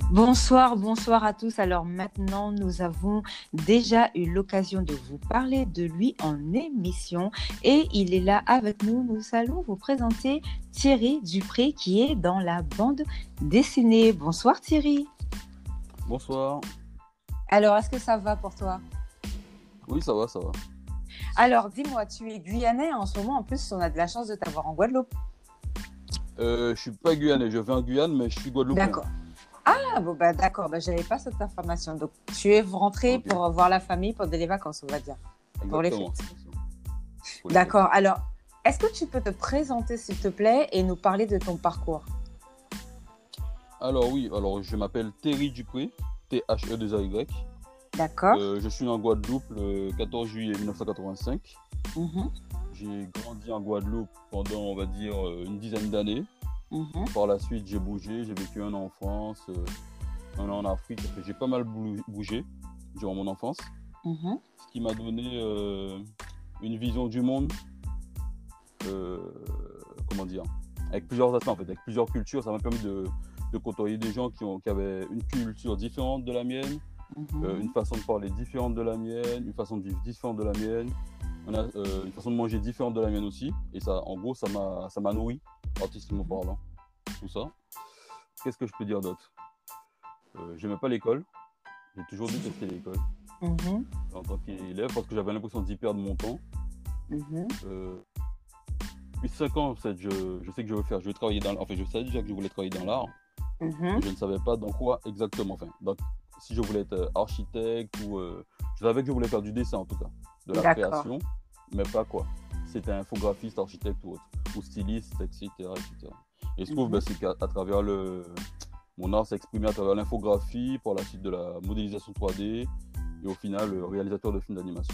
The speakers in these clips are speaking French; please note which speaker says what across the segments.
Speaker 1: Bonsoir, bonsoir à tous. Alors maintenant, nous avons déjà eu l'occasion de vous parler de lui en émission et il est là avec nous. Nous allons vous présenter Thierry Dupré qui est dans la bande dessinée. Bonsoir Thierry.
Speaker 2: Bonsoir.
Speaker 1: Alors, est-ce que ça va pour toi?
Speaker 2: Oui, ça va, ça va.
Speaker 1: Alors, dis-moi, tu es guyanais en ce moment. En plus, on a de la chance de t'avoir en Guadeloupe.
Speaker 2: Je suis pas guyanais, je viens en Guyane, mais je suis guadeloupéen.
Speaker 1: D'accord. Ah, bon, d'accord. J'avais pas cette information. Donc, tu es rentré
Speaker 2: Ok.
Speaker 1: pour voir la famille pendant les vacances, on va dire. Pour les
Speaker 2: Exactement.
Speaker 1: fêtes.
Speaker 2: Pour les
Speaker 1: D'accord. Alors, est-ce que tu peux te présenter, s'il te plaît, et nous parler de ton parcours?
Speaker 2: fêtes. Alors oui, je m'appelle Thierry Dupré, T-H-E-2-A-Y.
Speaker 1: D'accord.
Speaker 2: Je suis né en Guadeloupe le 14 juillet 1985.
Speaker 1: Mhm,
Speaker 2: J'ai grandi en Guadeloupe pendant, on va dire, une dizaine d'années.
Speaker 1: mhm.
Speaker 2: Par la suite, j'ai bougé, j'ai vécu un an en France, un an en Afrique. J'ai pas mal bougé durant mon enfance,
Speaker 1: Mhm.
Speaker 2: ce qui m'a donné une vision du monde, euh, comment dire, avec plusieurs aspects en fait, avec plusieurs cultures. Ça m'a permis de côtoyer des gens qui avaient une culture différente de la mienne, une façon de parler différente de la mienne, une façon de vivre différente de la mienne, une façon de manger différente de la mienne aussi. Et ça, en gros, ça m'a nourri, artistiquement parlant, tout ça. Qu'est-ce que je peux dire d'autre? J'aimais pas l'école. J'ai toujours détesté l'école
Speaker 1: Mhm.
Speaker 2: en tant qu'élève parce que j'avais l'impression d'y perdre mon temps.
Speaker 1: Mhm.
Speaker 2: Depuis 5 ans, en fait, je sais que je vais travailler dans l'art. Enfin, je savais déjà que je voulais travailler dans l'art,
Speaker 1: Mhm.
Speaker 2: mais je ne savais pas dans quoi exactement. Enfin, donc, si je voulais être architecte ou je savais que je voulais faire du dessin en tout cas, de la
Speaker 1: D'accord.
Speaker 2: création, mais pas quoi. C'était infographiste, architecte ou autre, ou styliste, etc., etc. Et je trouve
Speaker 1: Mhm.
Speaker 2: c'est qu'à travers mon art s'est exprimé à travers l'infographie, par la suite de la modélisation 3D et au final réalisateur de films d'animation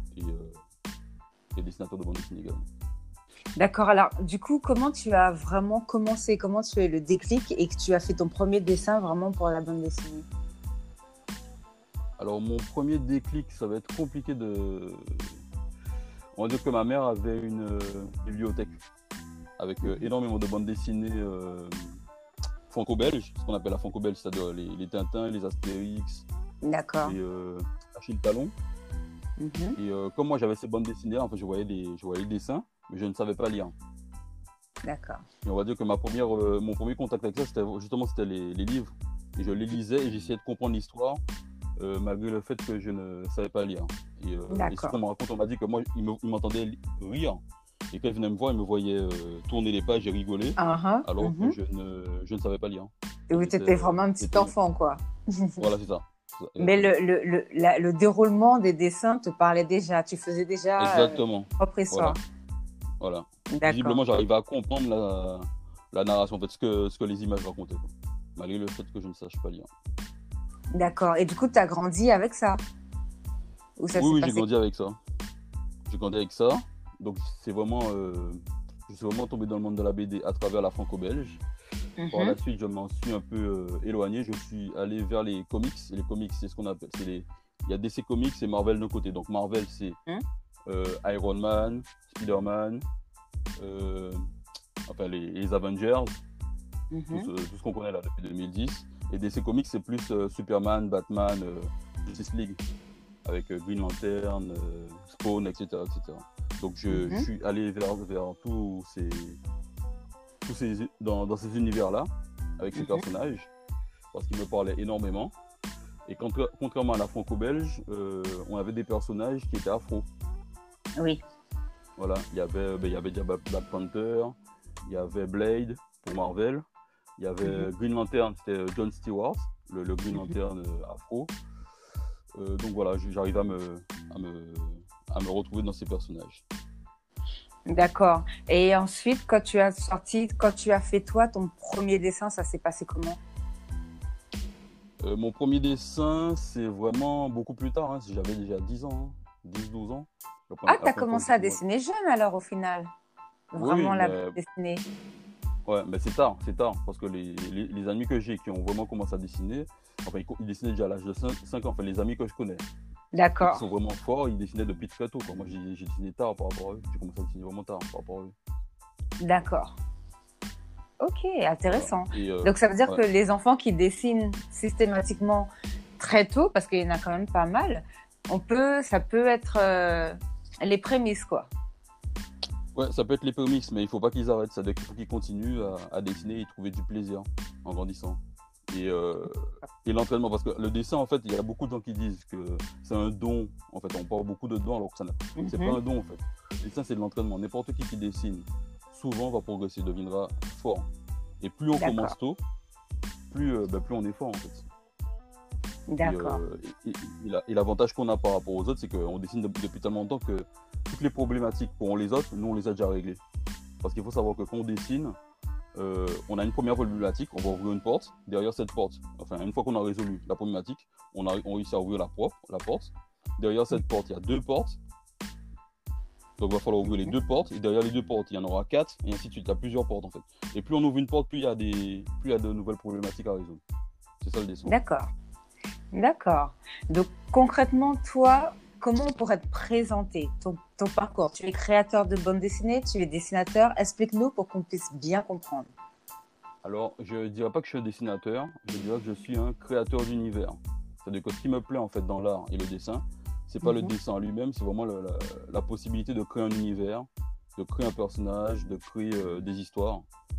Speaker 2: et dessinateur de bande dessinée également.
Speaker 1: D'accord. Alors, du coup, comment tu as vraiment commencé? Comment tu as eu le déclic et que tu as fait ton premier dessin vraiment pour la bande dessinée?
Speaker 2: Alors mon premier déclic, ça va être compliqué de... On va dire que ma mère avait une bibliothèque avec énormément de bandes dessinées franco-belges, ce qu'on appelle la franco-belge, c'est-à-dire les Tintins, les Astérix
Speaker 1: D'accord.
Speaker 2: et Achille Talon.
Speaker 1: Mhm.
Speaker 2: Et comme moi j'avais ces bandes dessinées, en fait, je voyais les dessins, mais je ne savais pas lire.
Speaker 1: D'accord.
Speaker 2: Et on va dire que mon premier contact avec ça, c'était les livres. Et je les lisais et j'essayais de comprendre l'histoire, malgré le fait que je ne savais pas lire. Et ce qu'on
Speaker 1: D'accord.
Speaker 2: me raconte, on m'a dit que moi, il m'entendait rire. Et quand il venait me voir, il me voyait tourner les pages et rigoler,
Speaker 1: Ah,
Speaker 2: alors que
Speaker 1: mhm.
Speaker 2: je ne savais pas lire.
Speaker 1: Et oui, tu étais vraiment un petit enfant, quoi.
Speaker 2: Voilà, c'est ça.
Speaker 1: Mais
Speaker 2: Exactement.
Speaker 1: le déroulement des dessins te parlait déjà. Tu faisais déjà
Speaker 2: Exactement.
Speaker 1: propre histoire.
Speaker 2: Voilà. Voilà.
Speaker 1: D'accord.
Speaker 2: Visiblement, j'arrivais à comprendre la narration, en fait, ce que les images racontaient, quoi. Malgré le fait que je ne sache pas lire.
Speaker 1: D'accord. Et du coup, tu as grandi avec ça? Ou ça
Speaker 2: Oui,
Speaker 1: s'est
Speaker 2: oui, j'ai
Speaker 1: passé?
Speaker 2: grandi avec ça. J'ai grandi avec ça. Donc, je suis vraiment tombé dans le monde de la BD à travers la franco-belge. Par
Speaker 1: Mhm.
Speaker 2: la suite, je m'en suis un peu éloigné. Je suis allé vers les comics. Et les comics, c'est ce qu'on appelle. Il y a DC Comics et Marvel d'un côté. Donc, Marvel, c'est
Speaker 1: Mhm.
Speaker 2: Iron Man, Spider-Man, euh, enfin les Avengers,
Speaker 1: Mhm.
Speaker 2: tout ce qu'on connaît là depuis 2010. Et DC Comics, c'est plus Superman, Batman, Justice League, avec Green Lantern, Spawn, etc., etc. Donc je
Speaker 1: Mhm.
Speaker 2: suis allé vers dans ces univers-là, avec ces
Speaker 1: Mhm.
Speaker 2: personnages, parce qu'ils me parlaient énormément. Et contrairement à la franco-belge, on avait des personnages qui étaient afro.
Speaker 1: Oui.
Speaker 2: Voilà, il y avait déjà Black Panther, il y avait Blade pour Marvel, il y avait
Speaker 1: Mhm.
Speaker 2: Green Lantern, c'était John Stewart, le Green
Speaker 1: Mhm.
Speaker 2: Lantern afro. Donc voilà, j'arrive à me retrouver dans ces personnages.
Speaker 1: D'accord. Et ensuite, quand tu as fait toi ton premier dessin, ça s'est passé comment?
Speaker 2: Mon premier dessin, c'est vraiment beaucoup plus tard, hein, si j'avais déjà 10 ans, hein, 10-12 ans.
Speaker 1: Ah, tu
Speaker 2: La
Speaker 1: as
Speaker 2: première fois
Speaker 1: commencé à
Speaker 2: que
Speaker 1: dessiner jeune alors au final.
Speaker 2: Oui,
Speaker 1: Vraiment la bande
Speaker 2: mais,
Speaker 1: dessinée.
Speaker 2: ouais, mais c'est tard, parce que les amis que j'ai qui ont vraiment commencé à dessiner, enfin ils dessinaient déjà à l'âge de 5 ans, enfin les amis que je connais, et qui
Speaker 1: D'accord.
Speaker 2: sont vraiment forts, ils dessinaient depuis très tôt, quoi. Moi j'ai dessiné tard par rapport à eux, j'ai commencé à dessiner vraiment tard par rapport à eux.
Speaker 1: D'accord. Ok,
Speaker 2: Voilà.
Speaker 1: intéressant.
Speaker 2: Et
Speaker 1: Donc, ça veut dire
Speaker 2: ouais.
Speaker 1: que les enfants qui dessinent systématiquement très tôt, parce qu'il y en a quand même pas mal, ça peut être les prémices, quoi.
Speaker 2: Ouais, ça peut être les prémices, mais il faut pas qu'ils arrêtent. Ça veut dire qu'il faut qu'ils continuent à dessiner et trouver du plaisir en grandissant. Et, euh, et l'entraînement, parce que le dessin, en fait, il y a beaucoup de gens qui disent que c'est un don. En fait, on parle beaucoup de dons, alors que c'est pas
Speaker 1: Mhm.
Speaker 2: un don, en fait. Le dessin, c'est de l'entraînement. N'importe qui dessine, souvent va progresser, deviendra fort. Et plus on
Speaker 1: D'accord,
Speaker 2: commence tôt, plus on est fort, en fait. Et,
Speaker 1: d'accord.
Speaker 2: euh, et l'avantage qu'on a par rapport aux autres, c'est qu'on dessine depuis tellement longtemps que toutes les problématiques pour les autres, nous, on les a déjà réglées. Parce qu'il faut savoir que quand on dessine, on a une première problématique, on va ouvrir une porte. Derrière cette porte, enfin, une fois qu'on a résolu la problématique, on réussit à ouvrir la porte. Derrière cette porte, il y a deux portes. Donc, il va falloir ouvrir les deux portes. Et derrière les deux portes, il y en aura quatre. Et ainsi de suite. Il y a plusieurs portes, en fait. Et plus on ouvre une porte, plus il y a de nouvelles problématiques à résoudre. C'est ça le dessin.
Speaker 1: D'accord, d'accord. Donc, concrètement, toi, comment on pourrait te présenter ton parcours? Tu es créateur de bande dessinée, tu es dessinateur. Explique-nous pour qu'on puisse bien comprendre.
Speaker 2: Alors, je ne dirais pas que je suis un dessinateur, je dirais que je suis un créateur d'univers. C'est-à-dire que ce qui me plaît en fait dans l'art et le dessin, c'est pas le
Speaker 1: Mhm.
Speaker 2: dessin en lui-même, c'est vraiment la possibilité de créer un univers, de créer un personnage, de créer des histoires,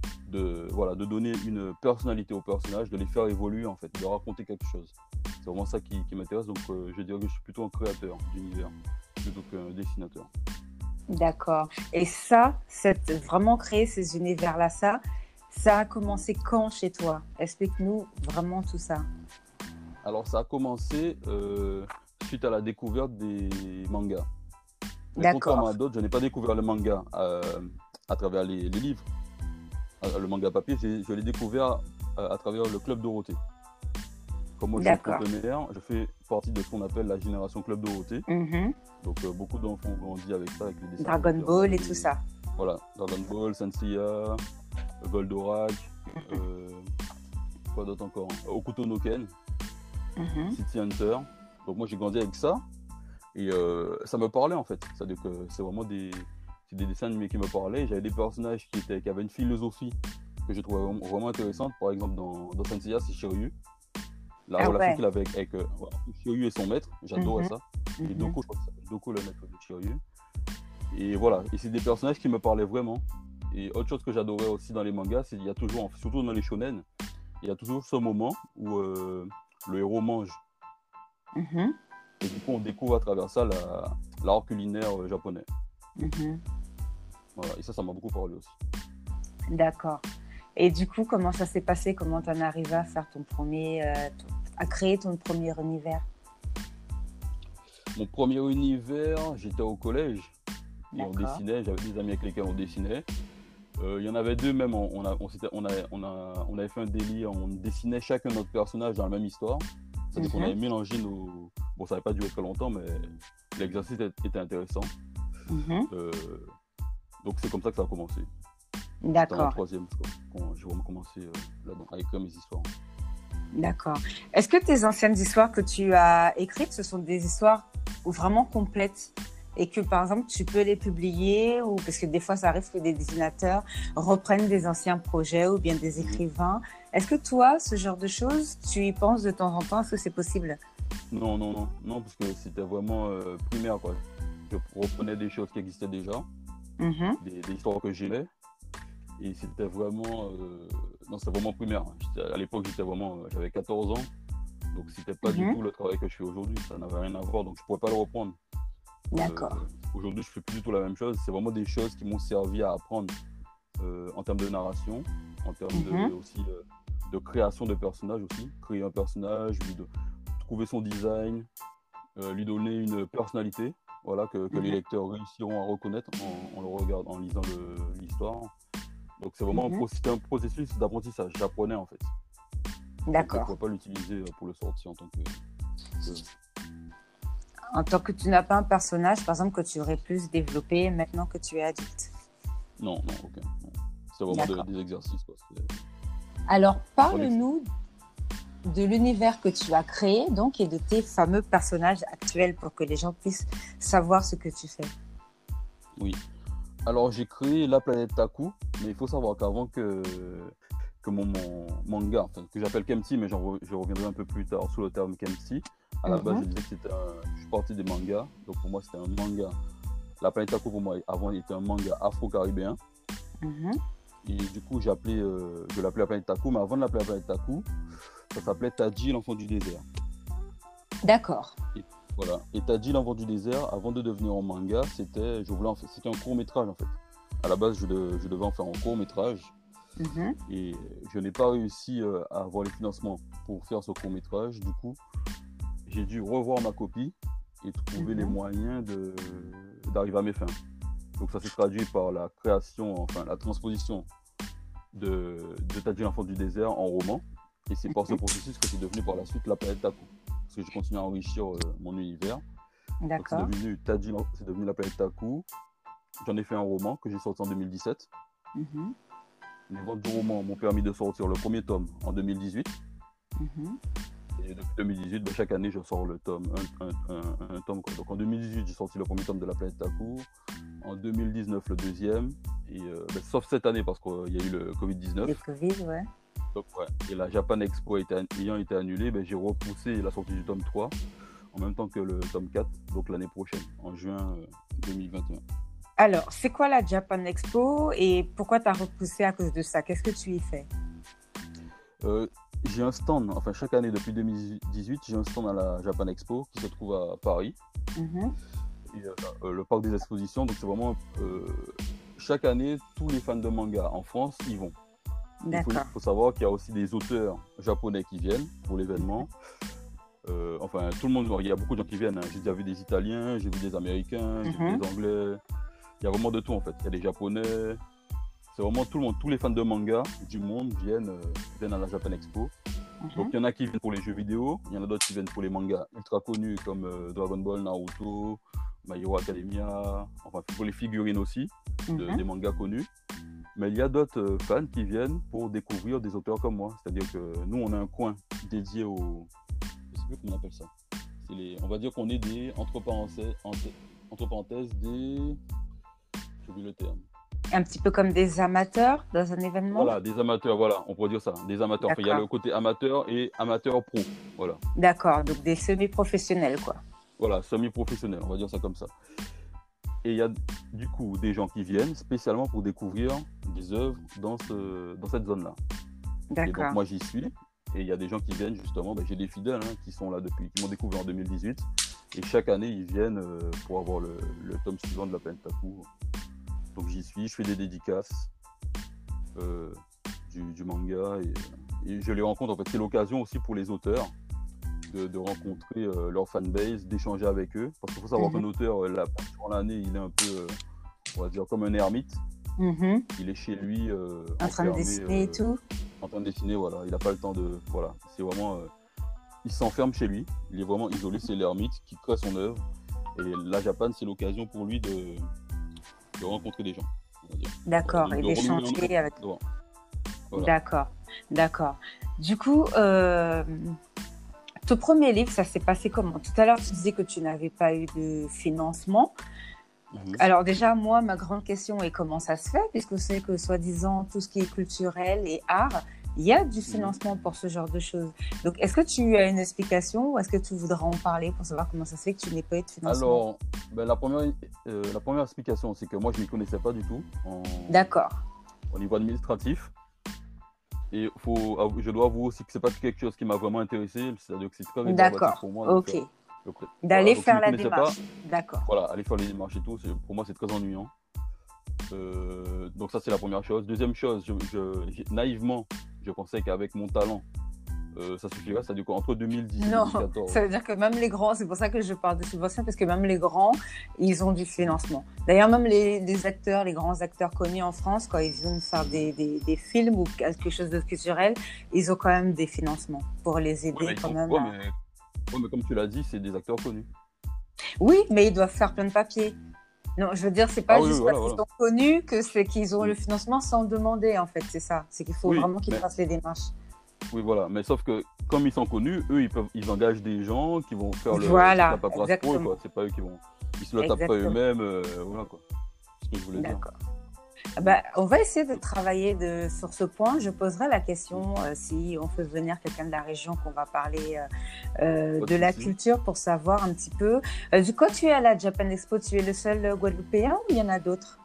Speaker 2: de donner une personnalité aux personnages, de les faire évoluer en fait, de raconter quelque chose. C'est vraiment ça qui m'intéresse, donc je dirais que je suis plutôt un créateur d'univers, plutôt qu'un dessinateur.
Speaker 1: D'accord. Et ça, c'est vraiment créer ces univers-là, ça a commencé quand chez toi? Explique-nous vraiment tout ça.
Speaker 2: Alors ça a commencé suite à la découverte des mangas. Mais contrairement
Speaker 1: D'accord,
Speaker 2: à d'autres, je n'ai pas découvert le manga à travers les livres. Le manga papier, je l'ai découvert à travers le Club Dorothée. Comme moi je suis
Speaker 1: d'accord.
Speaker 2: trentenaire, je fais partie de ce qu'on appelle la génération Club Dorothée.
Speaker 1: Mhm.
Speaker 2: Donc beaucoup d'enfants ont grandi avec ça, avec les dessins animés
Speaker 1: Dragon
Speaker 2: qui
Speaker 1: Ball et
Speaker 2: regardaient
Speaker 1: tout ça.
Speaker 2: voilà, Dragon Ball, Senseiya, Goldorak, euh, quoi d'autre encore, Hokuto no Ken,
Speaker 1: Mhm.
Speaker 2: City Hunter. Donc moi j'ai grandi avec ça. Et ça me parlait en fait. C'est-à-dire que c'est des dessins animés qui me parlaient. J'avais des personnages qui avaient une philosophie que je trouvais vraiment intéressante. Par exemple, dans Senseiya, c'est Shiryu. La
Speaker 1: Ah
Speaker 2: relation
Speaker 1: ouais.
Speaker 2: qu'il avait avec voilà, Shiryu et son maître, j'adorais
Speaker 1: Mhm.
Speaker 2: ça. Et
Speaker 1: Mhm.
Speaker 2: Doko, je crois que c'est Doko, le maître de Shiryu. Et voilà, et c'est des personnages qui me parlaient vraiment. Et autre chose que j'adorais aussi dans les mangas, c'est qu'il y a toujours, surtout dans les shonen, il y a toujours ce moment où le héros mange.
Speaker 1: Mhm.
Speaker 2: Et du coup, on découvre à travers ça l'art culinaire japonais.
Speaker 1: Mhm.
Speaker 2: Voilà, et ça m'a beaucoup parlé aussi.
Speaker 1: D'accord. Et du coup, comment ça s'est passé? Comment tu en es arrivé à faire à créer ton premier univers?
Speaker 2: Mon premier univers, j'étais au collège et on
Speaker 1: D'accord.
Speaker 2: dessinait, j'avais des amis avec lesquels on dessinait. Il y en avait deux même, on avait fait un délire, on dessinait chacun notre personnage dans la même histoire. C'est-à-dire qu'on
Speaker 1: Mhm.
Speaker 2: avait mélangé nos... Bon, ça n'avait pas duré très longtemps, mais l'exercice était intéressant.
Speaker 1: Mhm.
Speaker 2: Euh, donc c'est comme ça que ça a commencé. C'était en
Speaker 1: D'accord.
Speaker 2: troisième, je crois, quand j'ai vraiment commencé là-dedans, à écrire mes histoires.
Speaker 1: D'accord. Est-ce que tes anciennes histoires que tu as écrites, ce sont des histoires vraiment complètes et que, par exemple, tu peux les publier ou parce que des fois, ça arrive que des dessinateurs reprennent des anciens projets ou bien des
Speaker 2: Mhm.
Speaker 1: écrivains. Est-ce que toi, ce genre de choses, tu y penses de temps en temps? Est-ce que c'est possible?
Speaker 2: Non, non, non, non, parce que c'était vraiment primaire, quoi. Je reprenais des choses qui existaient déjà,
Speaker 1: Mhm.
Speaker 2: des histoires que j'aimais, et c'était vraiment, non, c'était vraiment primaire. À l'époque, j'avais 14 ans, donc c'était pas du
Speaker 1: Mhm.
Speaker 2: tout le travail que je fais aujourd'hui, ça n'avait rien à voir, donc je pourrais pas le reprendre. Euh,
Speaker 1: D'accord.
Speaker 2: Aujourd'hui, je fais plus du tout la même chose, c'est vraiment des choses qui m'ont servi à apprendre en termes de narration, en termes
Speaker 1: Mhm.
Speaker 2: aussi de création de personnages aussi, créer un personnage, trouver son design, lui donner une personnalité, voilà, que les
Speaker 1: Mhm.
Speaker 2: lecteurs réussiront à reconnaître en le regardant, en lisant l'histoire. Donc c'est vraiment
Speaker 1: Mhm.
Speaker 2: c'était un processus d'apprentissage. J'apprenais en fait. Donc je ne
Speaker 1: D'accord.
Speaker 2: pourrais pas l'utiliser pour le sortir en tant que...
Speaker 1: En tant que tu n'as pas un personnage, par exemple, que tu aurais plus développé maintenant que tu es adulte.
Speaker 2: Non, non, aucun. Non. C'est vraiment
Speaker 1: D'accord.
Speaker 2: des exercices. Quoi.
Speaker 1: Alors,
Speaker 2: On est...
Speaker 1: parle-nous de l'univers que tu as créé, donc, et de tes fameux personnages actuels pour que les gens puissent savoir ce que tu fais.
Speaker 2: Oui. Alors j'ai créé la planète Taku. Mais il faut savoir qu'avant que mon manga, enfin, que j'appelle Kempty, mais je reviendrai un peu plus tard sous le terme Kempty. À la base, je disais que je suis parti des mangas. Donc pour moi, c'était un manga. La planète Taku, pour moi, avant, il était un manga afro-caribéen. Et du coup, je l'appelais la planète Taku. Mais avant de l'appeler la planète Taku, ça s'appelait Tadji, l'enfant du désert.
Speaker 1: D'accord.
Speaker 2: Voilà. Et Tadji, l'enfant du désert, avant de devenir un manga, c'était un court-métrage, en fait. À la base, je devais en faire un court-métrage. Et je n'ai pas réussi à avoir les financements pour faire ce court-métrage. Du coup, j'ai dû revoir ma copie et trouver les moyens d'arriver à mes fins. Donc ça s'est traduit par la création, enfin la transposition de Tadji l'enfant du désert en roman. Et c'est par ce processus que c'est devenu par la suite la planète Taku. Parce que je continue à enrichir mon univers.
Speaker 1: D'accord.
Speaker 2: Donc c'est devenu la planète Taku. J'en ai fait un roman que j'ai sorti en 2017. Les ventes du roman m'ont permis de sortir le premier tome en 2018. Et depuis 2018, chaque année, je sors le tome, un tome. Quoi. Donc en 2018, j'ai sorti le premier tome de la planète Taku. En 2019, le deuxième. Et, sauf cette année, parce qu'il y a eu le Covid-19.
Speaker 1: Le Covid, ouais.
Speaker 2: Donc, ouais. Et la Japan Expo ayant été annulée, j'ai repoussé la sortie du tome 3 en même temps que le tome 4, donc l'année prochaine, en juin 2021.
Speaker 1: Alors, c'est quoi la Japan Expo et pourquoi tu as repoussé à cause de ça? Qu'est-ce que tu y fais?
Speaker 2: J'ai un stand, enfin chaque année depuis 2018, j'ai un stand à la Japan Expo qui se trouve à Paris. Et, le parc des expositions, donc c'est vraiment chaque année, tous les fans de manga en France y vont. Il faut savoir qu'il y a aussi des auteurs japonais qui viennent pour l'événement. Enfin, tout le monde, il y a beaucoup de gens qui viennent. Hein. J'ai déjà vu des Italiens, j'ai vu des Américains, j'ai vu des Anglais. Il y a vraiment de tout en fait. Il y a des Japonais. C'est vraiment tout le monde. Tous les fans de manga du monde viennent à la Japan Expo. Donc il y en a qui viennent pour les jeux vidéo, il y en a d'autres qui viennent pour les mangas ultra connus comme Dragon Ball, Naruto, My Hero Academia, enfin pour les figurines aussi, des mangas connus. Mais il y a d'autres fans qui viennent pour découvrir des auteurs comme moi. C'est-à-dire que nous, on a un coin dédié aux... Je ne sais plus comment on appelle ça. On va dire qu'on est des, entre parenthèses, des... J'ai oublié le terme.
Speaker 1: Un petit peu comme des amateurs dans un événement?
Speaker 2: Voilà, des amateurs, voilà, on pourrait dire ça. Des amateurs. Enfin, il y a le côté amateur et amateur pro. Voilà.
Speaker 1: D'accord, donc des semi-professionnels, quoi.
Speaker 2: Voilà, semi-professionnels, on va dire ça comme ça. Et il y a du coup des gens qui viennent spécialement pour découvrir des œuvres dans cette zone-là.
Speaker 1: D'accord.
Speaker 2: Et donc moi j'y suis. Et il y a des gens qui viennent justement, j'ai des fidèles qui sont là qui m'ont découvert en 2018. Et chaque année ils viennent pour avoir le tome suivant de la planète Taku. Donc j'y suis, je fais des dédicaces du manga et je les rencontre. En fait, c'est l'occasion aussi pour les auteurs de rencontrer leur fanbase, d'échanger avec eux. Parce qu'il faut savoir qu'un auteur, durant l'année, il est un peu, on va dire, comme un ermite. Il est chez lui
Speaker 1: en train de dessiner et tout.
Speaker 2: En train de dessiner, voilà. Il n'a pas le temps de... Voilà. C'est vraiment... il s'enferme chez lui. Il est vraiment isolé. C'est l'ermite qui crée son œuvre. Et la Japan, c'est l'occasion pour lui de rencontrer des gens.
Speaker 1: D'accord. Et d'échanger avec...
Speaker 2: Voilà.
Speaker 1: D'accord. Du coup... Ton premier livre, ça s'est passé comment? Tout à l'heure, tu disais que tu n'avais pas eu de financement. Alors déjà, moi, ma grande question est comment ça se fait? Puisque c'est que, soi-disant, tout ce qui est culturel et art, il y a du financement pour ce genre de choses. Donc, est-ce que tu as une explication ou est-ce que tu voudras en parler pour savoir comment ça se fait que tu n'aies pas eu de financement?
Speaker 2: Alors, la première explication, c'est que moi, je ne m'y connaissais pas du tout
Speaker 1: D'accord.
Speaker 2: Au niveau administratif. Et je dois avouer aussi que ce n'est pas quelque chose qui m'a vraiment intéressé. C'est-à-dire que c'est très rébarbatif pour moi.
Speaker 1: Ok. D'aller faire la démarche. D'accord.
Speaker 2: Voilà, aller faire les démarches et tout, pour moi, c'est très ennuyant. Donc ça, c'est la première chose. Deuxième chose, naïvement, je pensais qu'avec mon talent, ça suffirait. C'est-à-dire qu'entre 2010 et 2014...
Speaker 1: ça veut dire que même les grands, c'est pour ça que je parle de subvention, parce que même les grands, ils ont du financement. D'ailleurs, même les acteurs, les grands acteurs connus en France, quand ils viennent faire des films ou quelque chose de culturel, ils ont quand même des financements pour les aider quand même.
Speaker 2: Mais comme tu l'as dit, c'est des acteurs connus.
Speaker 1: Oui, mais ils doivent faire plein de papiers. Non, je veux dire, c'est pas juste parce qu'ils sont connus que c'est qu'ils ont le financement sans demander, en fait, c'est ça. C'est qu'il faut vraiment qu'ils fassent les démarches.
Speaker 2: Oui, voilà. Mais sauf que, comme ils sont connus, eux, ils engagent des gens qui vont faire
Speaker 1: la
Speaker 2: paperasse pour eux, quoi. C'est pas eux qui vont... Ils se le tapent pas eux-mêmes, voilà, quoi. C'est ce que je voulais dire.
Speaker 1: D'accord. Bah, on va essayer de travailler sur ce point. Je poserai la question si on fait venir quelqu'un de la région qu'on va parler
Speaker 2: Pas de
Speaker 1: de la
Speaker 2: souci.
Speaker 1: culture pour savoir un petit peu. Quand tu es à la Japan Expo, tu es le seul Guadeloupéen ou il y en a d'autres?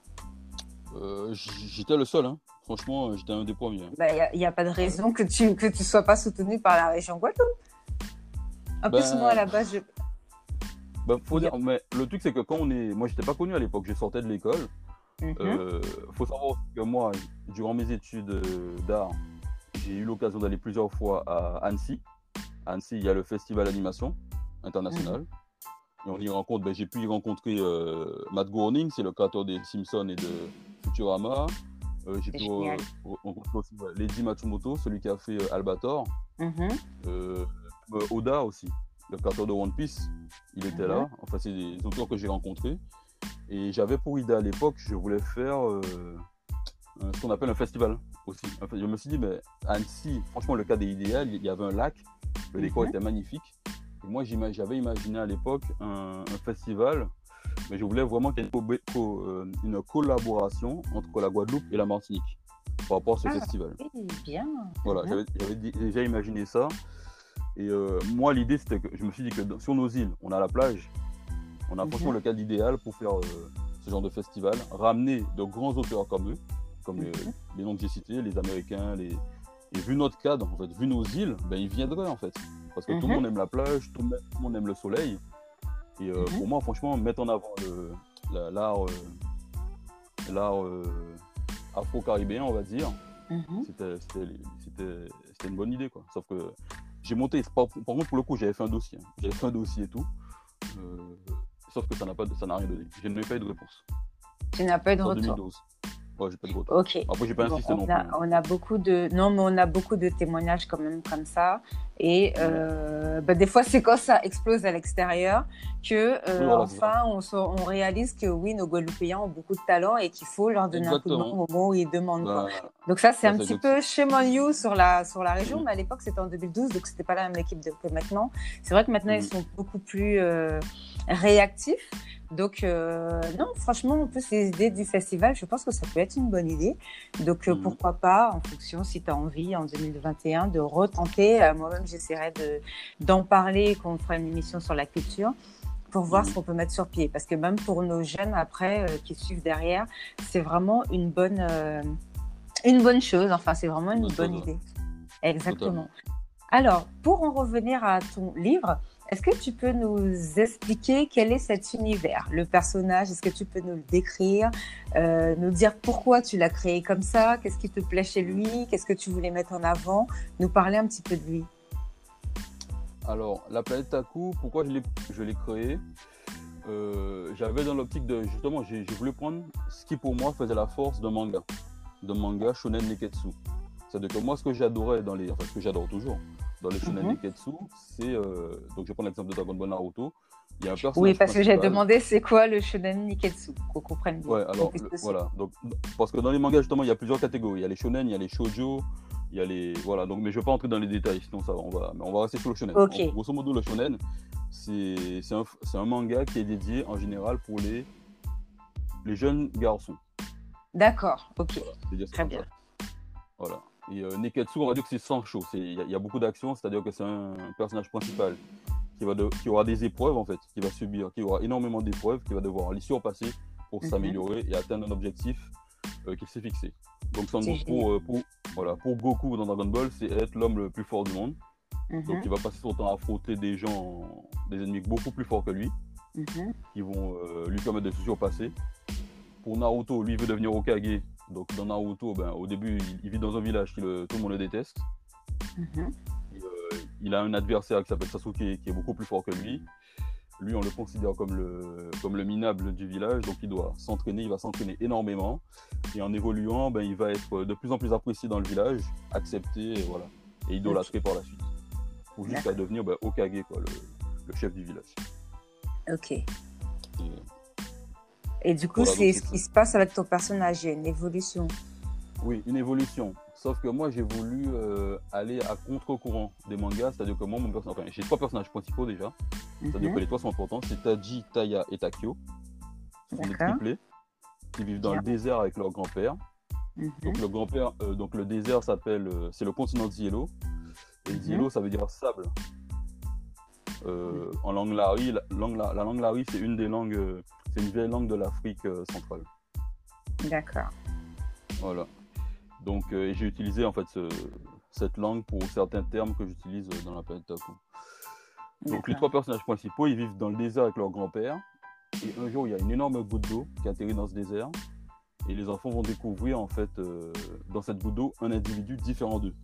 Speaker 2: J'étais le seul, hein. Franchement, j'étais un des premiers, hein.
Speaker 1: Bah, il y a pas de raison que tu sois pas soutenu par la région Guadeloupe. En plus, moi, à
Speaker 2: Ben,
Speaker 1: la base,
Speaker 2: faut dire, mais le truc, c'est que moi, j'étais pas connu à l'époque, je sortais de l'école.
Speaker 1: Mhm,
Speaker 2: Faut savoir aussi que moi, durant mes études d'art, j'ai eu l'occasion d'aller plusieurs fois à Annecy. À Annecy, il y a le festival d'animation
Speaker 1: mhm.
Speaker 2: international. Et j'ai pu y rencontrer Matt Groening, c'est le créateur des Simpsons et de Futurama. J'ai
Speaker 1: C'est
Speaker 2: pu
Speaker 1: génial.
Speaker 2: rencontrer aussi Leiji Matsumoto, celui qui a fait Albator.
Speaker 1: Mhm,
Speaker 2: Euh, Oda aussi, le créateur de One Piece, il était
Speaker 1: mhm,
Speaker 2: là. Enfin, c'est des auteurs que j'ai rencontrés. Et j'avais pour idée à l'époque, je voulais faire ce qu'on appelle un festival aussi. Enfin, je me suis dit, mais Annecy, franchement, le cadre est idéal. Il y avait un lac, le décor
Speaker 1: mhm.
Speaker 2: était magnifique. Et moi, j'avais imaginé à l'époque un festival, mais je voulais vraiment qu'il y ait une collaboration entre la Guadeloupe et la Martinique par rapport à ce
Speaker 1: Ah,
Speaker 2: festival.
Speaker 1: oui, bien.
Speaker 2: Voilà,
Speaker 1: Mhm,
Speaker 2: j'avais déjà imaginé ça. Et moi, l'idée, c'était que je me suis dit que sur nos îles, on a la plage, on a franchement
Speaker 1: mhm,
Speaker 2: le cadre idéal pour faire ce genre de festival, ramener de grands auteurs comme eux, comme
Speaker 1: mhm,
Speaker 2: les noms que j'ai cités, les Américains, et vu notre cadre, en fait, vu nos îles, ben, ils viendraient en fait. Parce que tout le
Speaker 1: mhm,
Speaker 2: monde aime la plage, tout le monde aime le soleil. Et
Speaker 1: mhm,
Speaker 2: pour moi, franchement, mettre en avant l'art afro-caribéen, on va dire,
Speaker 1: mhm.
Speaker 2: c'était une bonne idée, quoi. Sauf que j'ai monté, par contre, pour le coup, j'avais fait un dossier, hein. J'avais fait un dossier et tout. Euh, Sauf que ça n'a rien donné. Je n'ai pas eu de réponse.
Speaker 1: Tu n'as pas eu de
Speaker 2: C'est en
Speaker 1: retour.
Speaker 2: 2012. Ouais, j'ai pas eu de retour.
Speaker 1: Ok.
Speaker 2: Après, j'ai pas
Speaker 1: Bon,
Speaker 2: insisté non plus, hein.
Speaker 1: on a beaucoup de, non, mais on a beaucoup de témoignages quand même comme ça. Et
Speaker 2: Oui,
Speaker 1: bah, des fois, c'est quand ça explose à l'extérieur que
Speaker 2: oui, voilà, c'est ça.
Speaker 1: enfin on réalise que oui, nos Guadeloupéens ont beaucoup de talent et qu'il faut leur donner un coup de main
Speaker 2: Exactement.
Speaker 1: au moment où ils demandent quoi.
Speaker 2: Ben,
Speaker 1: Donc ça, c'est un
Speaker 2: c'est
Speaker 1: petit
Speaker 2: exact.
Speaker 1: peu shame on you sur la région,
Speaker 2: Mhm,
Speaker 1: mais à l'époque c'était en 2012, donc c'était pas la même équipe que maintenant. C'est vrai que maintenant ils
Speaker 2: mhm,
Speaker 1: sont beaucoup plus réactifs. Donc, non, franchement, en plus, ces idées du festival, je pense que ça peut être une bonne idée. Donc,
Speaker 2: mhm,
Speaker 1: pourquoi pas, en fonction, si tu as envie, en 2021, de retenter. Moi-même, j'essaierai d'en parler, qu'on fera une émission sur la culture, pour voir ce
Speaker 2: mhm.
Speaker 1: qu'on peut mettre sur pied. Parce que même pour nos jeunes, après, qui suivent derrière, c'est vraiment une bonne chose. Enfin, c'est vraiment
Speaker 2: Une
Speaker 1: une
Speaker 2: bonne
Speaker 1: bonne
Speaker 2: chose, ouais.
Speaker 1: idée. Exactement.
Speaker 2: Totalement.
Speaker 1: Alors, pour en revenir à ton livre, est-ce que tu peux nous expliquer quel est cet univers, le personnage? Est-ce que tu peux nous le décrire, nous dire pourquoi tu l'as créé comme ça? Qu'est-ce qui te plaît chez
Speaker 2: Mhm.
Speaker 1: lui? Qu'est-ce que tu voulais mettre en avant? Nous parler un petit peu de lui.
Speaker 2: Alors, la planète Taku, pourquoi je l'ai créé? J'avais dans l'optique de, justement, j'ai voulu prendre ce qui pour moi faisait la force d'un manga shonen neketsu. C'est-à-dire que moi, ce que j'adorais enfin, ce que j'adore toujours dans les shonen
Speaker 1: Mhm.
Speaker 2: neketsu, c'est, donc je vais prendre l'exemple de Dragon Ball Naruto, il y a un
Speaker 1: Oui,
Speaker 2: personnage
Speaker 1: parce que j'ai
Speaker 2: principal.
Speaker 1: demandé c'est quoi le shonen Niketsu, qu'on comprenne bien,
Speaker 2: Ouais,
Speaker 1: qu'on
Speaker 2: alors,
Speaker 1: puisse te suivre.
Speaker 2: voilà. Donc, parce que dans les mangas, justement, il y a plusieurs catégories. Il y a les shonen, il y a les shoujo, il y a les. Voilà, donc, mais je ne vais pas entrer dans les détails, sinon mais on va rester sur le shonen.
Speaker 1: Ok,
Speaker 2: Donc, grosso modo, le shonen, c'est un manga qui est dédié en général pour les jeunes garçons.
Speaker 1: d'accord, ok,
Speaker 2: Voilà, c'est dire ça
Speaker 1: très
Speaker 2: comme
Speaker 1: bien.
Speaker 2: ça. Voilà. Et Neketsu, on va dire que c'est Sancho. Il y a beaucoup d'action, c'est-à-dire que c'est un personnage principal qui aura des épreuves, en fait, qui aura énormément d'épreuves, qui va devoir les surpasser pour
Speaker 1: Mhm.
Speaker 2: s'améliorer et atteindre un objectif qu'il s'est fixé. Donc,
Speaker 1: C'est génial.
Speaker 2: voilà, pour Goku dans Dragon Ball, c'est être l'homme le plus fort du monde. Donc,
Speaker 1: Mhm.
Speaker 2: il va passer son temps à affronter des ennemis beaucoup plus forts que lui,
Speaker 1: Mhm.
Speaker 2: qui vont lui permettre de se surpasser. Pour Naruto, lui, il veut devenir Hokage. Donc, dans Naruto, ben, au début, il vit dans un village tout le monde le déteste.
Speaker 1: Mhm.
Speaker 2: Et, il a un adversaire qui s'appelle Sasuke, qui est beaucoup plus fort que lui. Lui, on le considère comme le minable du village, donc il doit s'entraîner, il va s'entraîner énormément. Et en évoluant, ben, il va être de plus en plus apprécié dans le village, accepté, et voilà, et
Speaker 1: Ok,
Speaker 2: idolâtré par la suite. Pour jusqu'à
Speaker 1: d'accord.
Speaker 2: devenir ben, Hokage, quoi, le chef du village.
Speaker 1: Ok.
Speaker 2: Et,
Speaker 1: Et du coup,
Speaker 2: voilà, donc
Speaker 1: c'est
Speaker 2: c'est
Speaker 1: ce
Speaker 2: ça.
Speaker 1: qui se passe avec ton personnage, il y a une évolution.
Speaker 2: Oui, une évolution. Sauf que moi, j'ai voulu aller à contre-courant des mangas, c'est-à-dire que moi, enfin, j'ai trois personnages principaux déjà. C'est-à-dire que
Speaker 1: Mhm.
Speaker 2: les trois sont importants, c'est Taji, Taya et Takio. Ce sont des
Speaker 1: D'accord.
Speaker 2: triplés. qui vivent dans
Speaker 1: Bien.
Speaker 2: le désert avec leur grand-père. Donc le grand-père, donc le désert s'appelle, c'est le continent Zielo. Et Zielo, ça veut dire sable. En langue lari, la langue lari, c'est une des langues, c'est une vieille langue de l'Afrique centrale.
Speaker 1: D'accord.
Speaker 2: Voilà. Donc j'ai utilisé en fait cette langue pour certains termes que j'utilise dans la planète Taku. Donc les trois personnages principaux, ils vivent dans le désert avec leur grand-père. Et un jour, il y a une énorme goutte d'eau qui atterrit dans ce désert. Et les enfants vont découvrir en fait dans cette goutte d'eau un individu différent d'eux.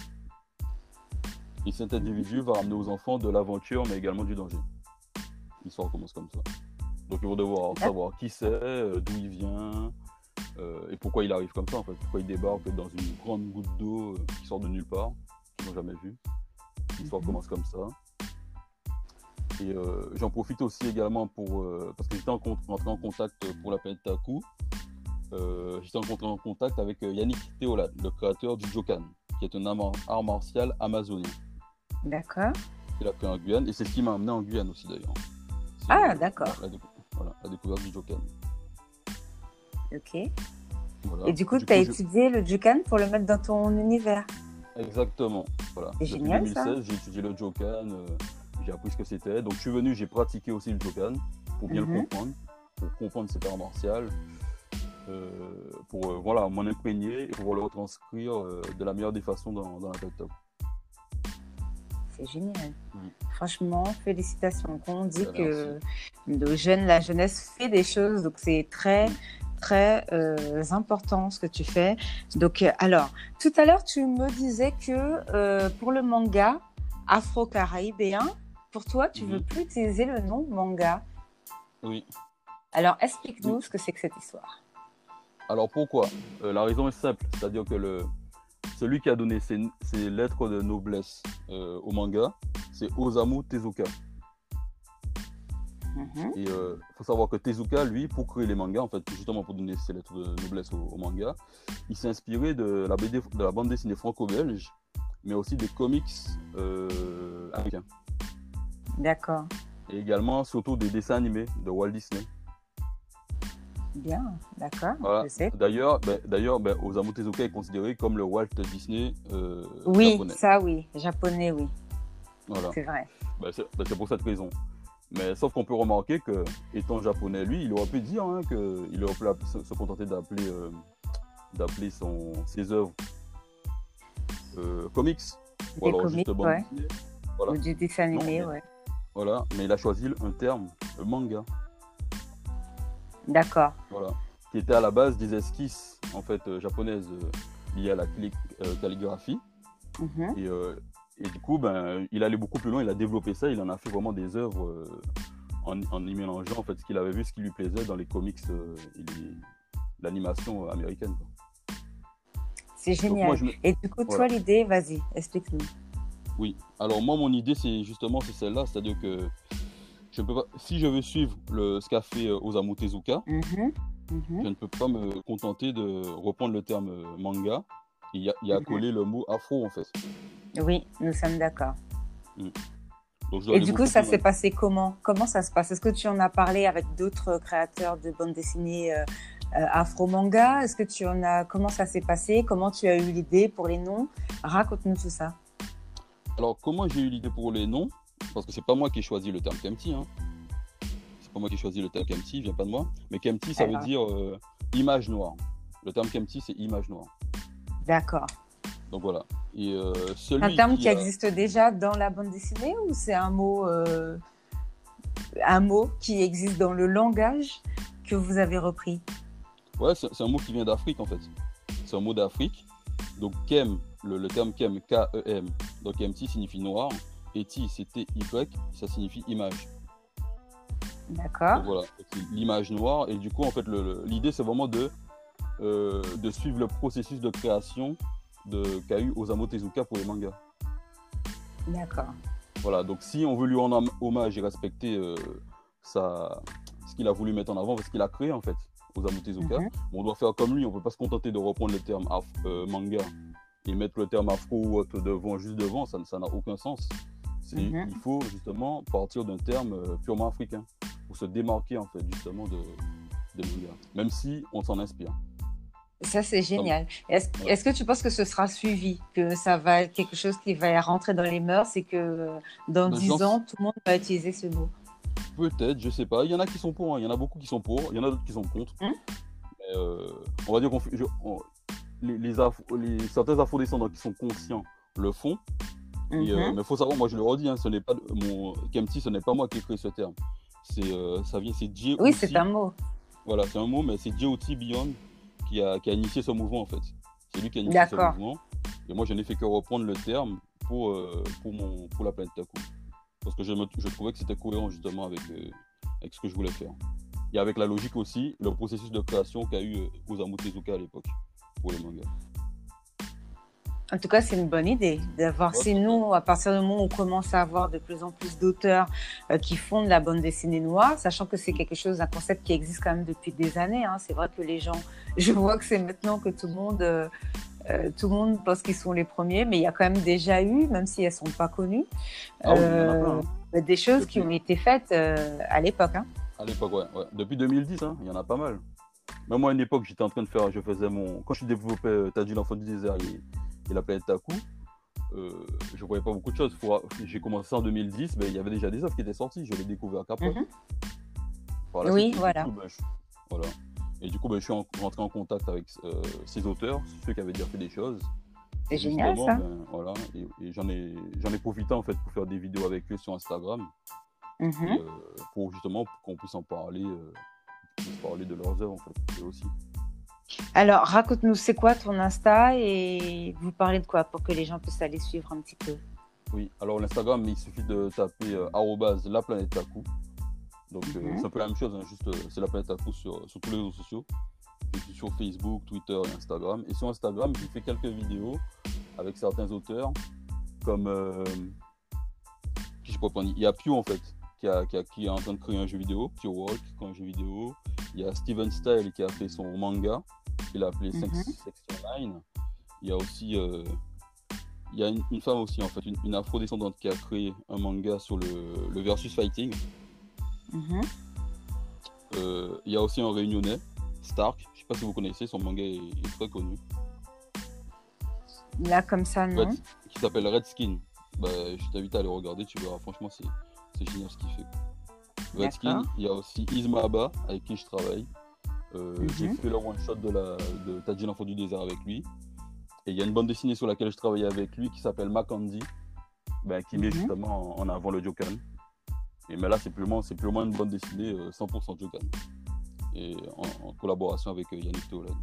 Speaker 2: Et cet individu va ramener aux enfants de l'aventure, mais également du danger. L'histoire commence comme ça. Donc ils vont devoir savoir qui c'est, d'où il vient, et pourquoi il arrive comme ça en fait. Pourquoi il débarque dans une grande goutte d'eau qui sort de nulle part, qu'ils n'ont jamais vue. L'histoire commence comme ça. Et j'en profite aussi également pour parce que j'étais entré en contact pour la planète Taku. J'étais entré en contact avec Yannick Théolade, le créateur du Jokan, qui est un art martial amazonien.
Speaker 1: D'accord.
Speaker 2: Il a fait en Guyane, et c'est ce qui m'a amené en Guyane aussi d'ailleurs.
Speaker 1: Ah, d'accord.
Speaker 2: La découverte du Jokan.
Speaker 1: Ok.
Speaker 2: Voilà.
Speaker 1: Et du coup, tu as étudié le Jokan pour le mettre dans ton univers.
Speaker 2: Exactement. Voilà.
Speaker 1: C'est génial,
Speaker 2: depuis 2016, j'ai étudié le Jokan, j'ai appris ce que c'était. Donc je suis venu, j'ai pratiqué aussi le Jokan pour bien le comprendre, pour comprendre cet art martial, pour voilà, m'en imprégner et pour le retranscrire de la meilleure des façons dans la tête.
Speaker 1: C'est génial. Franchement, félicitations. On dit que
Speaker 2: merci.
Speaker 1: La jeunesse fait des choses, donc c'est très, très important ce que tu fais. Donc, alors, tout à l'heure, tu me disais que pour le manga afro-caribéen, pour toi, tu veux plus utiliser le nom manga.
Speaker 2: Oui.
Speaker 1: Alors, explique-nous ce que c'est que cette histoire.
Speaker 2: Alors, pourquoi la raison est simple, c'est-à-dire que celui qui a donné ses lettres de noblesse au manga, c'est Osamu Tezuka. Et il faut savoir que Tezuka, lui, pour créer les mangas, en fait, justement pour donner ses lettres de noblesse au manga, il s'est inspiré de la bande dessinée franco-belge, mais aussi des comics américains.
Speaker 1: D'accord.
Speaker 2: Et également, surtout des dessins animés de Walt Disney.
Speaker 1: Bien, d'accord.
Speaker 2: Voilà. D'ailleurs, Osamu Tezuka est considéré comme le Walt Disney
Speaker 1: oui,
Speaker 2: japonais.
Speaker 1: Ça oui, japonais, oui.
Speaker 2: Voilà.
Speaker 1: C'est vrai.
Speaker 2: C'est pour cette raison. Mais sauf qu'on peut remarquer que, étant japonais, lui, il aurait pu dire qu'il aurait pu se contenter d'appeler ses œuvres comics.
Speaker 1: Ou alors comics, juste bande
Speaker 2: dessinée. Voilà.
Speaker 1: Ou du dessin animé, ouais.
Speaker 2: Voilà, mais il a choisi un terme, le manga.
Speaker 1: D'accord.
Speaker 2: Voilà. Qui était à la base des esquisses en fait japonaises liées à la calligraphie. Et du coup, il allait beaucoup plus loin, il a développé ça, il en a fait vraiment des œuvres en y mélangeant en fait ce qu'il avait vu, ce qui lui plaisait dans les comics et l'animation américaine. Quoi.
Speaker 1: C'est génial. Et du coup, toi, l'idée, vas-y, explique-nous.
Speaker 2: Oui, alors moi, mon idée, c'est celle-là, c'est-à-dire que je peux pas, si je veux suivre ce qu'a fait Osamu Tezuka, je ne peux pas me contenter de reprendre le terme manga. Il y a collé le mot afro en fait.
Speaker 1: Oui, nous sommes d'accord.
Speaker 2: Donc,
Speaker 1: et du coup, ça s'est passé comment? Comment ça se passe? Est-ce que tu en as parlé avec d'autres créateurs de bande dessinée afro-manga? Est-ce que tu en as... Comment ça s'est passé? Comment tu as eu l'idée pour les noms? Raconte-nous tout ça.
Speaker 2: Alors, comment j'ai eu l'idée pour les noms? Parce que c'est pas moi qui ai choisi le terme Kempty. C'est pas moi qui ai choisi le terme Kempty, il vient pas de moi. Mais Kempty, ça veut dire image noire. Le terme Kempty, c'est image noire.
Speaker 1: D'accord.
Speaker 2: Donc voilà. Et
Speaker 1: c'est un terme qui existe déjà dans la bande dessinée ou c'est un mot qui existe dans le langage que vous avez repris?
Speaker 2: Ouais, c'est un mot qui vient d'Afrique en fait. C'est un mot d'Afrique. Donc Kem, le terme Kem, K-E-M, donc Kempty signifie noir. Et Ti, c'est T-Y, ça signifie image.
Speaker 1: D'accord.
Speaker 2: Donc voilà, l'image noire. Et du coup, en fait, l'idée, c'est vraiment de suivre le processus de création qu'a eu Osamu Tezuka pour les mangas.
Speaker 1: D'accord.
Speaker 2: Voilà, donc si on veut lui rendre hommage et respecter ce qu'il a voulu mettre en avant, ce qu'il a créé en fait, Osamu Tezuka, on doit faire comme lui, on ne peut pas se contenter de reprendre le terme manga et mettre le terme afro ou autre juste devant, ça n'a aucun sens. Il faut justement partir d'un terme purement africain pour se démarquer en fait justement des mangas, même si on s'en inspire.
Speaker 1: Ça, c'est
Speaker 2: Comme,
Speaker 1: génial.
Speaker 2: ouais.
Speaker 1: Est-ce que tu penses que ce sera suivi, que ça va être quelque chose qui va rentrer dans les mœurs et que dans
Speaker 2: Ben,
Speaker 1: 10 ans, tout le monde va utiliser ce mot?
Speaker 2: peut-être, je sais pas. Il y en a qui sont pour, hein. Il y en a beaucoup qui sont pour, il y en a d'autres qui sont contre.
Speaker 1: Hein.
Speaker 2: Mais, on va dire certains afro-descendants qui sont conscients le font. Mais il faut savoir, moi je le redis, hein, ce n'est pas Kempty, ce n'est pas moi qui ai créé ce terme. Ça vient, c'est
Speaker 1: Oui, c'est
Speaker 2: Djeuti.
Speaker 1: un mot.
Speaker 2: Voilà, c'est un mot, mais c'est Djeuti Beyond qui a initié ce mouvement en fait. C'est lui qui a initié ce
Speaker 1: D'accord.
Speaker 2: mouvement. Et moi, je n'ai fait que reprendre le terme pour la planète Taku. Parce que je trouvais que c'était cohérent justement avec ce que je voulais faire. Et avec la logique aussi, le processus de création qu'a eu Osamu Tezuka à l'époque pour les mangas.
Speaker 1: En tout cas, c'est une bonne idée d'avoir.
Speaker 2: Ouais,
Speaker 1: Si nous, à partir du moment où on commence à avoir de plus en plus d'auteurs qui font de la bande dessinée noire, sachant que c'est quelque chose, un concept qui existe quand même depuis des années. Hein. C'est vrai que les gens, je vois que c'est maintenant que tout le monde pense qu'ils sont les premiers, mais il y a quand même déjà eu, même si elles ne sont pas connues,
Speaker 2: Ah oui, il y en a plein. Hein.
Speaker 1: des choses qui ont été faites à l'époque. Hein.
Speaker 2: À l'époque, ouais. Depuis 2010, hein, il y en a pas mal. Même moi, à une époque, j'étais en train de faire, quand je développais Tadji l'enfant du désert et la planète Taku, je voyais pas beaucoup de choses. J'ai commencé en 2010, il y avait déjà des œuvres qui étaient sorties. Je l'ai découvert qu'après. Par la
Speaker 1: Oui,
Speaker 2: suite,
Speaker 1: voilà.
Speaker 2: du coup, voilà. Et du coup, je suis rentré en contact avec ces auteurs, ceux qui avaient déjà fait des choses.
Speaker 1: C'est
Speaker 2: Et
Speaker 1: génial,
Speaker 2: justement,
Speaker 1: ça.
Speaker 2: voilà. Et j'en ai profité en fait pour faire des vidéos avec eux sur Instagram. Et, pour justement qu'on puisse en parler, qu'on puisse parler de leurs œuvres en fait, eux aussi.
Speaker 1: Alors, raconte-nous, c'est quoi ton Insta et vous parlez de quoi pour que les gens puissent aller suivre un petit peu?
Speaker 2: Oui, alors l'Instagram, il suffit de taper @la planète Taku. Donc c'est un peu la même chose, hein, juste c'est la planète Taku sur tous les réseaux sociaux. Je suis sur Facebook, Twitter et Instagram. Et sur Instagram, j'ai fait quelques vidéos avec certains auteurs, comme qui je peux prendre. Il y a Pio en fait, qui est en train de créer un jeu vidéo, Pio World qui crée un jeu vidéo. Il y a Steven Style qui a fait son manga, qu'il a appelé Section 9. Il y a aussi il y a une femme aussi en fait, une afro-descendante qui a créé un manga sur le versus fighting. Il y a aussi un réunionnais, Stark, je ne sais pas si vous connaissez, son manga est très connu.
Speaker 1: Là, comme ça, non.
Speaker 2: Qui s'appelle Redskin. Je t'invite à aller regarder, tu verras, franchement, c'est génial ce qu'il fait. Redskin, il y a aussi Isma Abba, avec qui je travaille. J'ai fait le one-shot de Tadji l'enfant du désert avec lui. Et il y a une bande dessinée sur laquelle je travaillais avec lui qui s'appelle Makandi, qui met justement en avant le Jokan. Mais là, c'est purement une bande dessinée 100% Jokan. Et en collaboration avec Yannick Théolène.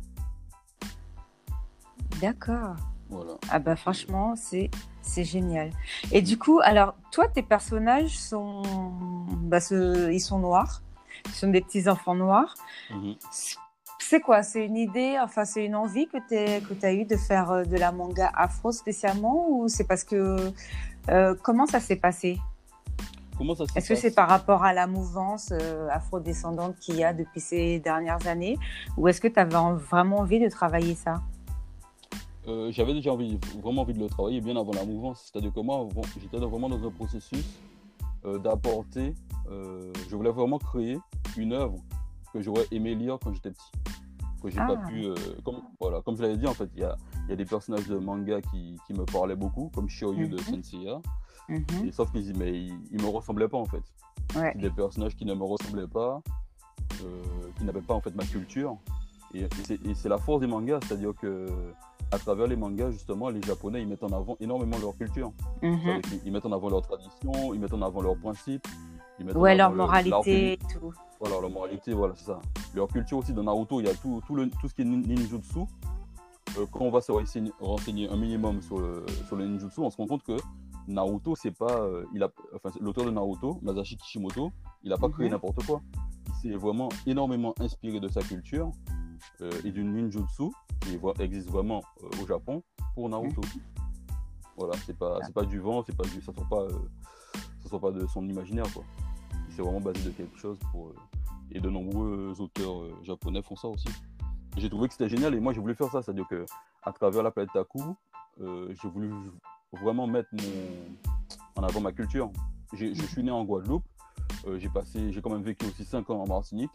Speaker 1: D'accord.
Speaker 2: Voilà.
Speaker 1: Ah bah franchement, c'est génial. Et du coup, alors, toi, tes personnages sont... ils sont noirs. Ce sont des petits enfants noirs. C'est quoi? C'est une idée, enfin, c'est une envie que tu as eu de faire de la manga afro spécialement, ou c'est parce que... comment ça s'est passé? Est-ce que c'est par rapport à la mouvance afro-descendante qu'il y a depuis ces dernières années, ou est-ce que tu avais vraiment envie de travailler ça?
Speaker 2: J'avais déjà vraiment envie de le travailler bien avant la mouvance. C'est-à-dire que moi, j'étais vraiment dans un processus d'apporter... je voulais vraiment créer une œuvre que j'aurais aimé lire quand j'étais petit. Que j'ai pas pu... comme je l'avais dit, en fait, il y a des personnages de manga qui me parlaient beaucoup, comme Shiryu de Senseiya. Et sauf qu'ils me ressemblaient pas, en fait.
Speaker 1: Ouais.
Speaker 2: C'est des personnages qui ne me ressemblaient pas, qui n'avaient pas, en fait, ma culture. Et c'est la force des mangas, c'est-à-dire que à travers les mangas, justement, les Japonais, ils mettent en avant énormément leur culture. Ils mettent en avant leurs traditions, ils mettent en avant leurs principes. Ils mettent en avant
Speaker 1: leur moralité et tout.
Speaker 2: Voilà, leur moralité, voilà, c'est ça. Leur culture aussi, dans Naruto, il y a tout ce qui est ninjutsu. Quand on va se renseigner un minimum sur le ninjutsu, on se rend compte que Naruto, c'est pas... l'auteur de Naruto, Masashi Kishimoto, il n'a pas créé n'importe quoi. Il s'est vraiment énormément inspiré de sa culture et du ninjutsu qui existe vraiment au Japon pour Naruto. Voilà, c'est pas du vent, ça sort pas de son imaginaire, quoi. Il s'est vraiment basé de quelque chose et de nombreux auteurs japonais font ça aussi. Et j'ai trouvé que c'était génial et moi j'ai voulu faire ça, c'est-à-dire que à travers la planète Taku, j'ai voulu vraiment mettre en avant ma culture. Je suis né en Guadeloupe, j'ai quand même vécu aussi 5 ans en Martinique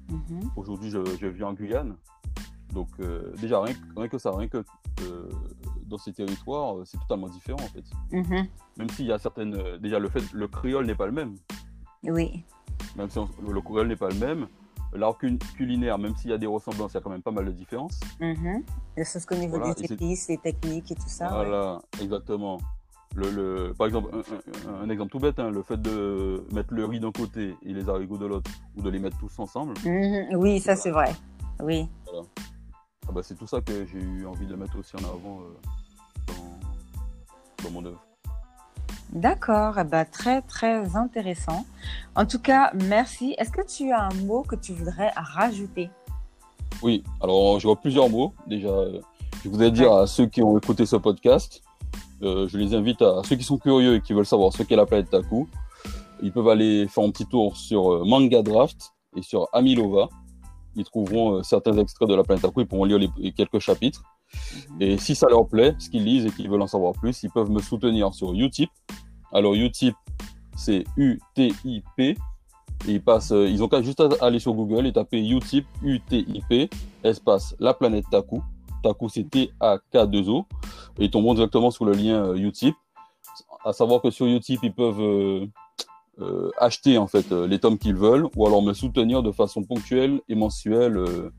Speaker 1: Mhm.
Speaker 2: Aujourd'hui, je vis en Guyane. Donc, déjà, rien que ça, rien que dans ces territoires, c'est totalement différent, en fait.
Speaker 1: Mhm.
Speaker 2: Même s'il y a certaines. Déjà, le créole n'est pas le même.
Speaker 1: Oui.
Speaker 2: Même si le créole n'est pas le même. L'art culinaire, même s'il y a des ressemblances, il y a quand même pas mal de différences.
Speaker 1: Mhm. Ne serait-ce qu'au niveau
Speaker 2: Voilà,
Speaker 1: des épices, les techniques et tout ça, ouais.
Speaker 2: voilà, exactement. Par exemple, un exemple tout bête, hein, le fait de mettre le riz d'un côté et les haricots de l'autre, ou de les mettre tous ensemble,
Speaker 1: Mhm. Oui, ça
Speaker 2: voilà,
Speaker 1: c'est vrai. Oui.
Speaker 2: voilà. Ah bah, c'est tout ça que j'ai eu envie de mettre aussi en avant dans mon œuvre.
Speaker 1: D'accord, eh ben, très très intéressant. En tout cas, merci. Est-ce que tu as un mot que tu voudrais rajouter?
Speaker 2: Oui, alors je vois plusieurs mots. Déjà, je voudrais dire
Speaker 1: Ouais.
Speaker 2: à ceux qui ont écouté ce podcast, je les invite à ceux qui sont curieux et qui veulent savoir ce qu'est la planète Taku, ils peuvent aller faire un petit tour sur Manga Draft et sur Amilova. Ils trouveront certains extraits de la planète Taku, ils pourront lire les quelques chapitres.
Speaker 1: Mhm.
Speaker 2: Et si ça leur plaît, ce qu'ils lisent et qu'ils veulent en savoir plus, ils peuvent me soutenir sur Utip. Alors Utip, c'est UTIP. Et ils ont qu'à juste aller sur Google et taper Utip, UTIP, espace la planète Taku. Taku, c'est TAK2O. Et ils tomberont directement sur le lien Utip. À savoir que sur Utip, ils peuvent acheter en fait les tomes qu'ils veulent, ou alors me soutenir de façon ponctuelle et mensuelle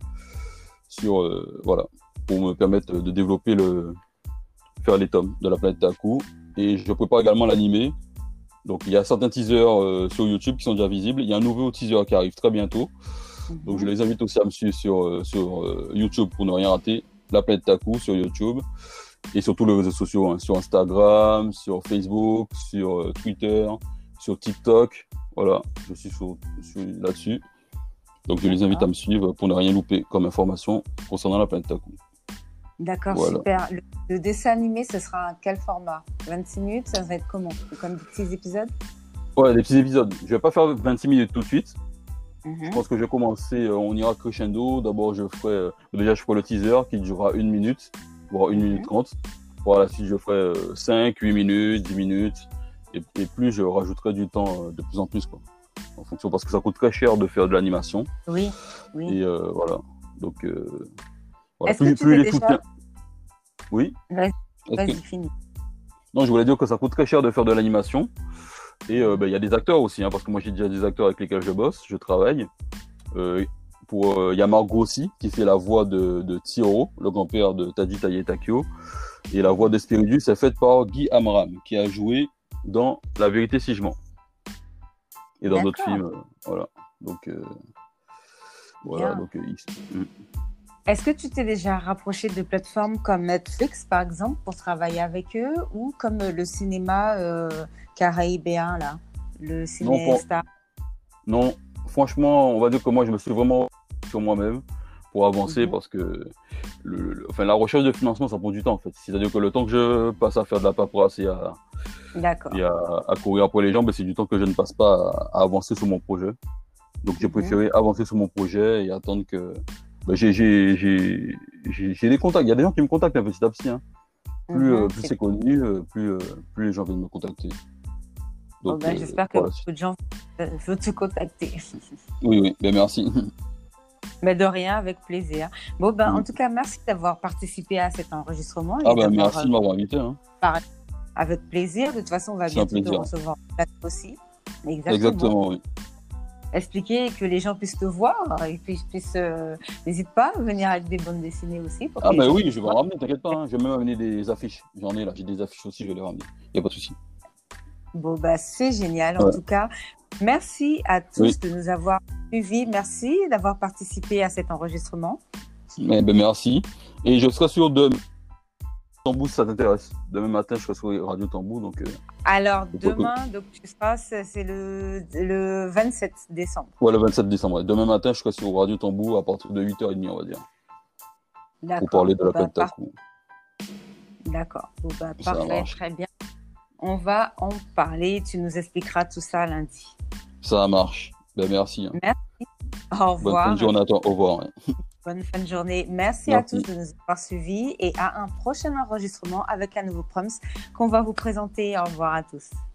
Speaker 2: voilà, pour me permettre de développer faire les tomes de la planète Taku. Et je prépare également l'animé. Donc il y a certains teasers sur YouTube qui sont déjà visibles. Il y a un nouveau teaser qui arrive très bientôt. Donc je
Speaker 1: Mhm.
Speaker 2: les invite aussi à me suivre sur YouTube pour ne rien rater. La planète Taku sur YouTube et sur tous les réseaux sociaux, hein, sur Instagram, sur Facebook, sur Twitter, sur TikTok. Voilà, je suis là-dessus. Donc je les invite à
Speaker 1: D'accord.
Speaker 2: me suivre pour ne rien louper comme information concernant la planète Taku.
Speaker 1: D'accord,
Speaker 2: Voilà.
Speaker 1: super. Le dessin animé, ce sera quel format? 26 minutes, ça va être comment? Comme des petits épisodes?
Speaker 2: Ouais, des petits épisodes. Je vais pas faire 26 minutes tout de suite. Je
Speaker 1: Mhm.
Speaker 2: pense que je vais commencer, on ira crescendo. D'abord, déjà, je ferai le teaser qui durera 1 minute, voire 1 minute
Speaker 1: Mhm.
Speaker 2: 30. Par la suite, je ferai 5, 8 minutes, 10 minutes. Et plus, je rajouterai du temps de plus en plus, quoi. En fonction, parce que ça coûte très cher de faire de l'animation.
Speaker 1: Oui, oui.
Speaker 2: Et voilà. Donc, voilà.
Speaker 1: Est-ce que tu
Speaker 2: Plus
Speaker 1: t'es
Speaker 2: les
Speaker 1: déjà...
Speaker 2: soutiens. Oui.
Speaker 1: Vas-y,
Speaker 2: Est-ce que...
Speaker 1: vas-y, finis.
Speaker 2: Non, je voulais dire que ça coûte très cher de faire de l'animation. Et il y a des acteurs aussi, hein, parce que moi, j'ai déjà des acteurs avec lesquels je bosse, je travaille. Il y a Margot aussi, qui fait la voix de Tiro, le grand-père de Taji Taye Takio. Et la voix d'Espiritus est faite par Guy Amram, qui a joué dans La Vérité si je mens. Et dans d'autres
Speaker 1: D'accord,
Speaker 2: films. Voilà. Donc, voilà.
Speaker 1: bien.
Speaker 2: Donc,
Speaker 1: Est-ce que tu t'es déjà rapproché de plateformes comme Netflix, par exemple, pour travailler avec eux, ou comme le cinéma caraïbéen, là, le
Speaker 2: non,
Speaker 1: Ciné-Star?
Speaker 2: non, franchement, on va dire que moi, je me suis vraiment sur moi-même pour avancer
Speaker 1: Mhm.
Speaker 2: parce que la recherche de financement, ça prend du temps, en fait. C'est-à-dire que le temps que je passe à faire de la paperasse et
Speaker 1: D'accord.
Speaker 2: à courir après les gens, ben, c'est du temps que je ne passe pas à avancer sur mon projet. Donc, j'ai
Speaker 1: Mhm.
Speaker 2: préféré avancer sur mon projet et attendre que. Ben, j'ai des contacts. Il y a des gens qui me contactent petit à petit, hein.
Speaker 1: Mhm.
Speaker 2: Plus c'est connu, plus les gens viennent me contacter.
Speaker 1: Bon,
Speaker 2: Donc,
Speaker 1: ben, j'espère que
Speaker 2: voilà.
Speaker 1: beaucoup de gens veulent te contacter.
Speaker 2: Oui, oui, ben merci.
Speaker 1: Mais de rien, avec plaisir. Bon, ben, en tout cas, merci d'avoir participé à cet enregistrement
Speaker 2: Ah
Speaker 1: et
Speaker 2: ben
Speaker 1: d'avoir
Speaker 2: merci de m'avoir invité, hein.
Speaker 1: parlé avec plaisir. De toute façon, on va
Speaker 2: C'est un
Speaker 1: bientôt te
Speaker 2: plaisir.
Speaker 1: recevoir en plateau aussi. Exactement.
Speaker 2: Exactement, oui.
Speaker 1: Expliquer que les gens puissent te voir et puis puissent. N'hésite pas à venir avec des bandes dessinées aussi pour que
Speaker 2: Ah
Speaker 1: les
Speaker 2: ben
Speaker 1: gens
Speaker 2: oui,
Speaker 1: puissent
Speaker 2: je vais
Speaker 1: voir.
Speaker 2: en ramener, t'inquiète pas, hein. Je vais même amener des affiches. J'en ai là, j'ai des affiches aussi, je vais les ramener. Il n'y a pas de souci.
Speaker 1: Bon, bah, c'est génial. En
Speaker 2: Ouais.
Speaker 1: tout cas, merci à
Speaker 2: Oui.
Speaker 1: tous de nous avoir suivis. Merci d'avoir participé à cet enregistrement.
Speaker 2: Mais, ben merci. Et je serai sûr de Tambou si ça t'intéresse. Demain matin, je serai sur Radio Tambou, donc.
Speaker 1: Alors,
Speaker 2: Pourquoi que...
Speaker 1: demain, donc, tu seras, c'est le 27 décembre.
Speaker 2: Ouais, le 27 décembre. Ouais. Demain matin, je serai sur Radio Tambou à partir de 8h30, on va dire. Pour
Speaker 1: D'accord.
Speaker 2: parler de
Speaker 1: Bon,
Speaker 2: la
Speaker 1: bah,
Speaker 2: planète Taku.
Speaker 1: D'accord. Bon, bah,
Speaker 2: Ça
Speaker 1: parfait,
Speaker 2: marche.
Speaker 1: très bien. On va en parler. Tu nous expliqueras tout ça lundi.
Speaker 2: Ça marche. Ben merci. Hein.
Speaker 1: Merci. Au
Speaker 2: Bonne fin
Speaker 1: revoir.
Speaker 2: de journée à toi. Au revoir. Ouais.
Speaker 1: Bonne fin de journée. Merci à tous
Speaker 2: Merci.
Speaker 1: de nous avoir suivis et à un prochain enregistrement avec un nouveau Proms qu'on va vous présenter. Au revoir à tous.